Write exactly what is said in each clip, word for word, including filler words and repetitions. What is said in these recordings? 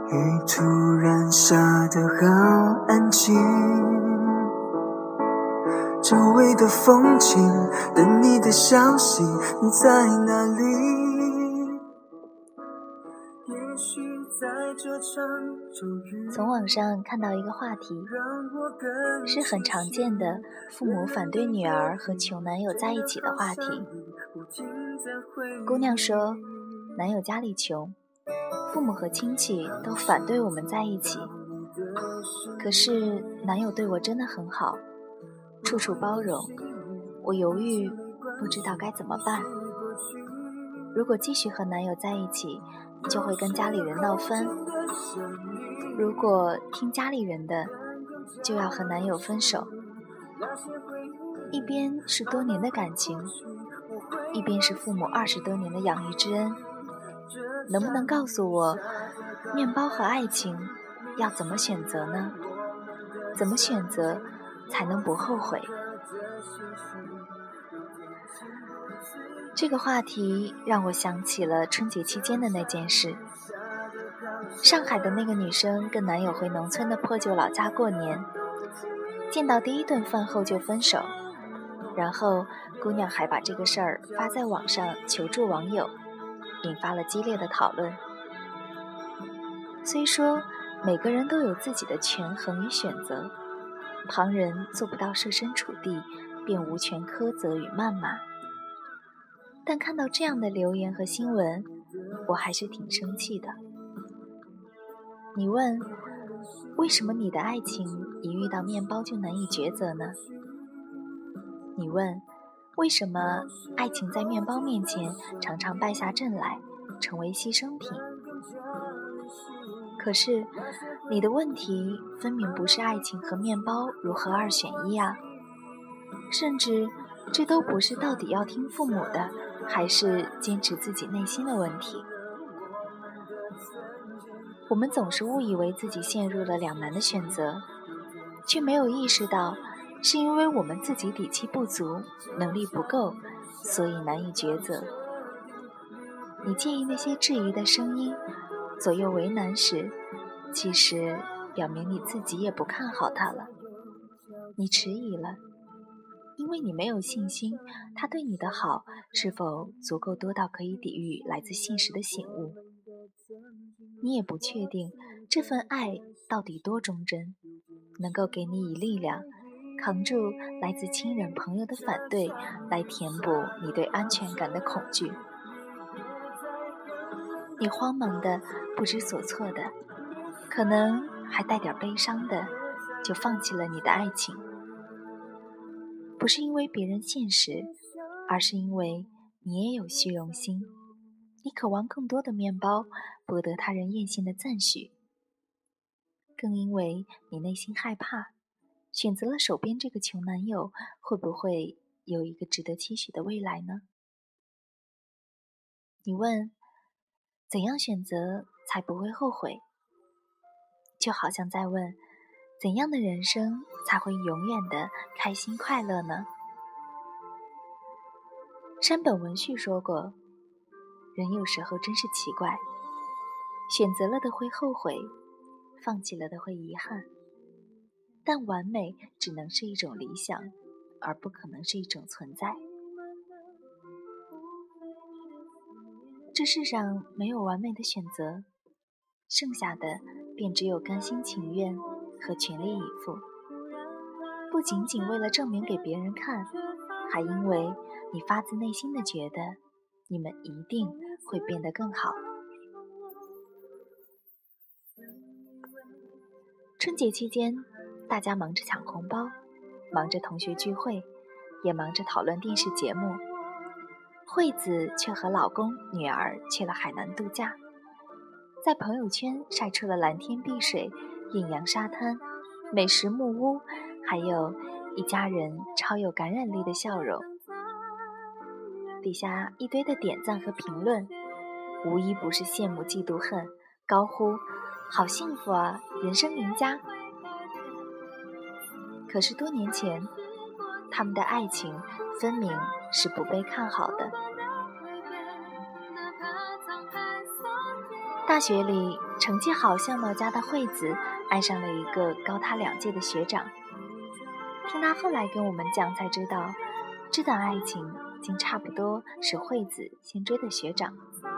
雨突然下得好安静，周围的风景，等你的消息，你在哪里？也许在这场骤雨， 从网上看到一个话题，是很常见的父母反对女儿和穷男友在一起的话题。姑娘说，男友家里穷，父母和亲戚都反对我们在一起，可是男友对我真的很好，处处包容，我犹豫不知道该怎么办。如果继续和男友在一起，就会跟家里人闹翻，如果听家里人的，就要和男友分手。一边是多年的感情，一边是父母二十多年的养育之恩，能不能告诉我，面包和爱情要怎么选择呢？怎么选择才能不后悔？这个话题让我想起了春节期间的那件事。上海的那个女生跟男友回农村的破旧老家过年，见到第一顿饭后就分手，然后姑娘还把这个事儿发在网上求助网友，引发了激烈的讨论。虽说每个人都有自己的权衡与选择，旁人做不到设身处地，便无权苛责与谩骂，但看到这样的留言和新闻，我还是挺生气的。你问，为什么你的爱情一遇到面包就难以抉择呢？你问，为什么爱情在面包面前常常败下阵来，成为牺牲品？可是你的问题分明不是爱情和面包如何二选一啊，甚至这都不是到底要听父母的，还是坚持自己内心的问题。我们总是误以为自己陷入了两难的选择，却没有意识到是因为我们自己底气不足，能力不够，所以难以抉择。你介意那些质疑的声音，左右为难时，其实表明你自己也不看好它了。你迟疑了，因为你没有信心他对你的好是否足够多到可以抵御来自现实的醒悟。你也不确定这份爱到底多忠贞，能够给你以力量，扛住来自亲人朋友的反对，来填补你对安全感的恐惧。你慌忙的不知所措的，可能还带点悲伤的，就放弃了你的爱情。不是因为别人现实，而是因为你也有虚荣心，你渴望更多的面包，博得他人艳羡的赞许，更因为你内心害怕，选择了手边这个穷男友，会不会有一个值得期许的未来呢？你问，怎样选择才不会后悔？就好像在问，怎样的人生才会永远的开心快乐呢？山本文绪说过，人有时候真是奇怪，选择了的会后悔，放弃了的会遗憾，但完美只能是一种理想，而不可能是一种存在。这世上没有完美的选择，剩下的便只有甘心情愿和全力以赴，不仅仅为了证明给别人看，还因为你发自内心的觉得你们一定会变得更好。春节期间，大家忙着抢红包，忙着同学聚会，也忙着讨论电视节目。惠子却和老公女儿去了海南度假，在朋友圈晒出了蓝天碧水、艳阳沙滩、美食木屋，还有一家人超有感染力的笑容。底下一堆的点赞和评论，无一不是羡慕嫉妒恨，高呼好幸福啊，人生赢家。可是多年前，他们的爱情分明是不被看好的。 大学里成绩好、相貌佳的惠子爱上了一个高他两届的学长。听他后来跟我们讲才知道，这段爱情竟差不多是惠子先追的学长。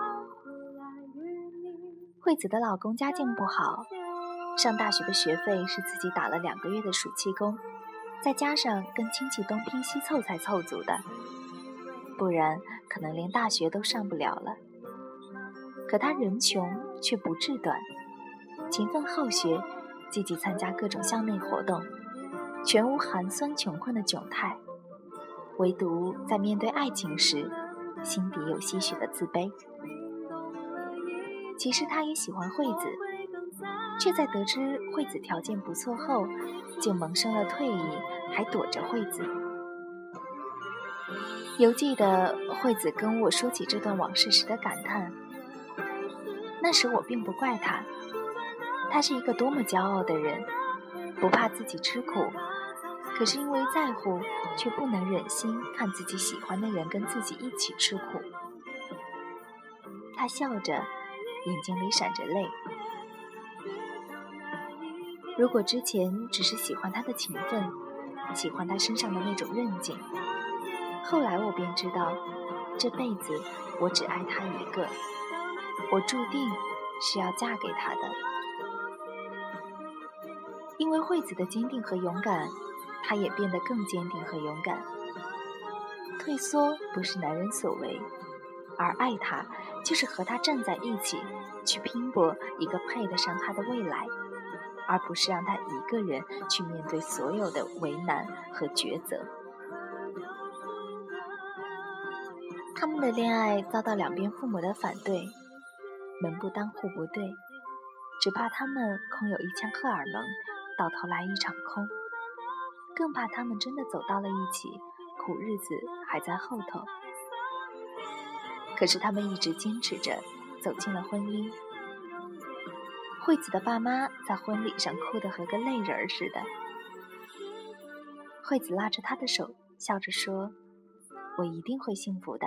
惠子的老公家境不好，上大学的学费是自己打了两个月的暑期工，再加上跟亲戚东拼西凑才凑足的，不然可能连大学都上不了了。可他人穷却不志短，勤奋好学，积极参加各种校内活动，全无寒酸穷困的窘态，唯独在面对爱情时，心底有些许的自卑。其实他也喜欢惠子，却在得知惠子条件不错后，就萌生了退意，还躲着惠子。犹记得惠子跟我说起这段往事时的感叹，那时我并不怪他，他是一个多么骄傲的人，不怕自己吃苦，可是因为在乎，却不能忍心看自己喜欢的人跟自己一起吃苦。他笑着，眼睛里闪着泪。如果之前只是喜欢他的勤奋，喜欢他身上的那种韧劲，后来我便知道，这辈子我只爱他一个，我注定是要嫁给他的。因为惠子的坚定和勇敢，他也变得更坚定和勇敢。退缩不是男人所为，而爱他就是和他站在一起，去拼搏一个配得上他的未来，而不是让他一个人去面对所有的为难和抉择。他们的恋爱遭到两边父母的反对，门不当户不对，只怕他们空有一腔荷尔蒙，到头来一场空，更怕他们真的走到了一起，苦日子还在后头。可是他们一直坚持着走进了婚姻。惠子的爸妈在婚礼上哭得和个泪人似的，惠子拉着他的手，笑着说，我一定会幸福的。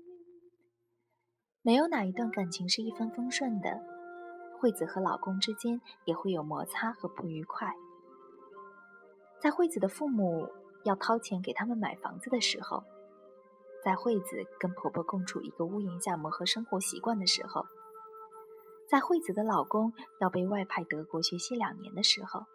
没有哪一段感情是一帆风顺的，惠子和老公之间也会有摩擦和不愉快。在惠子的父母要掏钱给他们买房子的时候，在惠子跟婆婆共处一个屋檐下磨合生活习惯的时候，在惠子的老公要被外派德国学习两年的时候，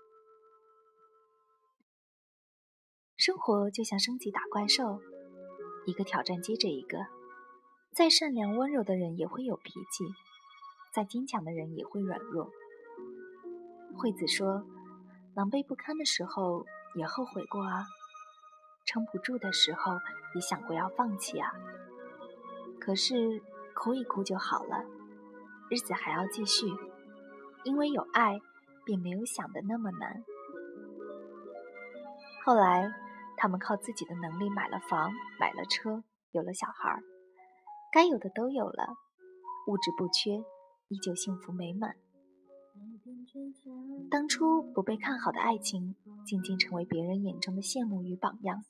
生活就像升级打怪兽，一个挑战接着一个。再善良温柔的人也会有脾气，再坚强的人也会软弱。惠子说，狼狈不堪的时候也后悔过啊，撑不住的时候也想过要放弃啊，可是哭一哭就好了，日子还要继续，因为有爱，便没有想的那么难。后来他们靠自己的能力买了房，买了车，有了小孩，该有的都有了，物质不缺，依旧幸福美满。当初不被看好的爱情，渐渐成为别人眼中的羡慕与榜样。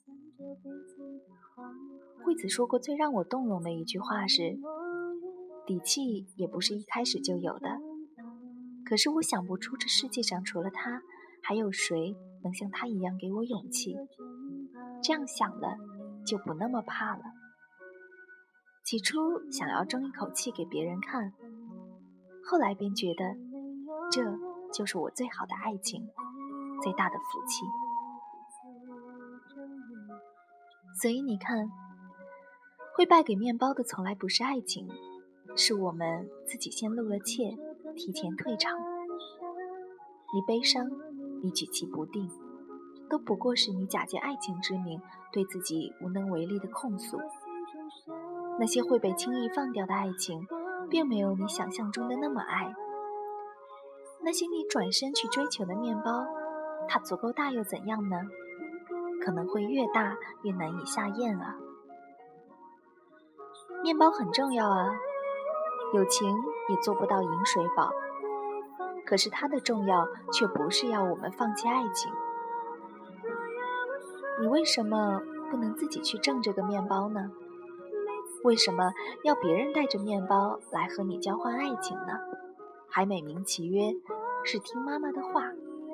惠子说过最让我动容的一句话是，底气也不是一开始就有的，可是我想不出这世界上除了他，还有谁能像他一样给我勇气。这样想了，就不那么怕了。起初想要争一口气给别人看，后来便觉得这就是我最好的爱情，最大的福气。所以你看，会败给面包的从来不是爱情，是我们自己先露了怯，提前退场。你悲伤，你举棋不定，都不过是你假借爱情之名对自己无能为力的控诉。那些会被轻易放掉的爱情，并没有你想象中的那么爱。那些你转身去追求的面包，它足够大又怎样呢？可能会越大越难以下咽啊。面包很重要啊，友情也做不到饮水饱，可是它的重要却不是要我们放弃爱情。你为什么不能自己去挣这个面包呢？ 为什么要别人带着面包来和你交换爱情呢？还美名其曰是听妈妈的话。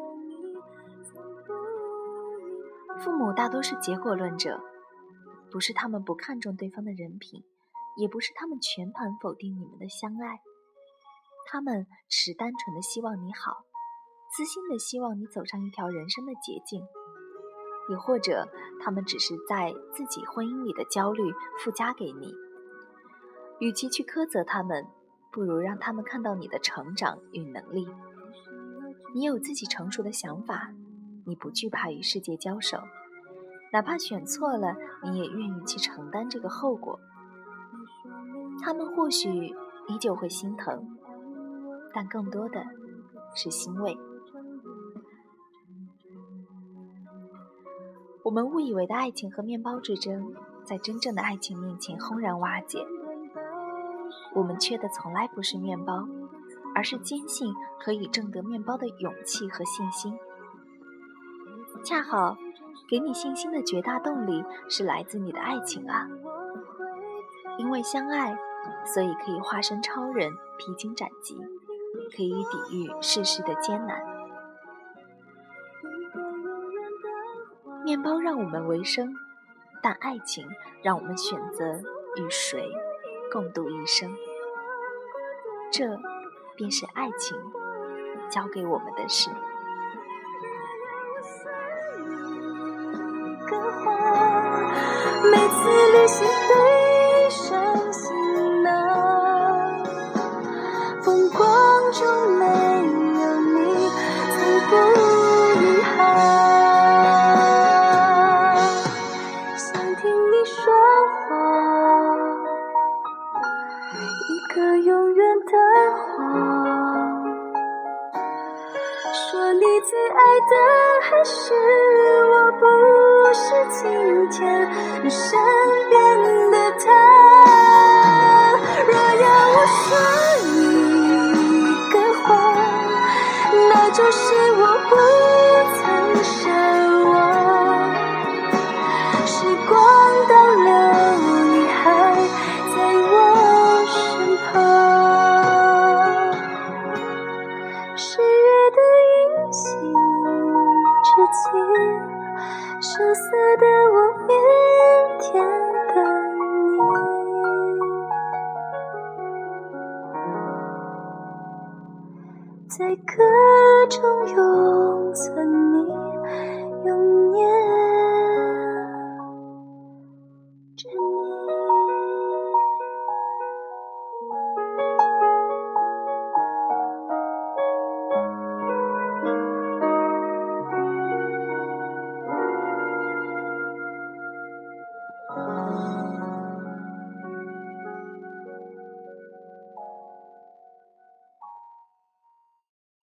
父母大多是结果论者，不是他们不看重对方的人品，也不是他们全盘否定你们的相爱，他们只是单纯的希望你好，私心的希望你走上一条人生的捷径，也或者他们只是在自己婚姻里的焦虑附加给你。与其去苛责他们，不如让他们看到你的成长与能力。你有自己成熟的想法，你不惧怕与世界交手，哪怕选错了，你也愿意去承担这个后果。他们或许依旧会心疼，但更多的是欣慰。我们误以为的爱情和面包之争，在真正的爱情面前轰然瓦解。我们缺的从来不是面包，而是坚信可以挣得面包的勇气和信心。恰好给你信心的绝大动力是来自你的爱情啊！因为相爱，所以可以化身超人，披荆斩棘，可以抵御世事的艰难。面包让我们为生，但爱情让我们选择与谁共度一生。这便是爱情教给我们的事。 每次旅行背上行囊，风光中没有你，从不遗憾。想听你说话，一个永远的谎，说你最爱的还是我，不是今天你身边的他。若要我说一个谎，那就是我不曾奢望。时光倒流，你还在我身旁。十月的阴晴之际，羞涩的我腼腆的你，在歌中永存你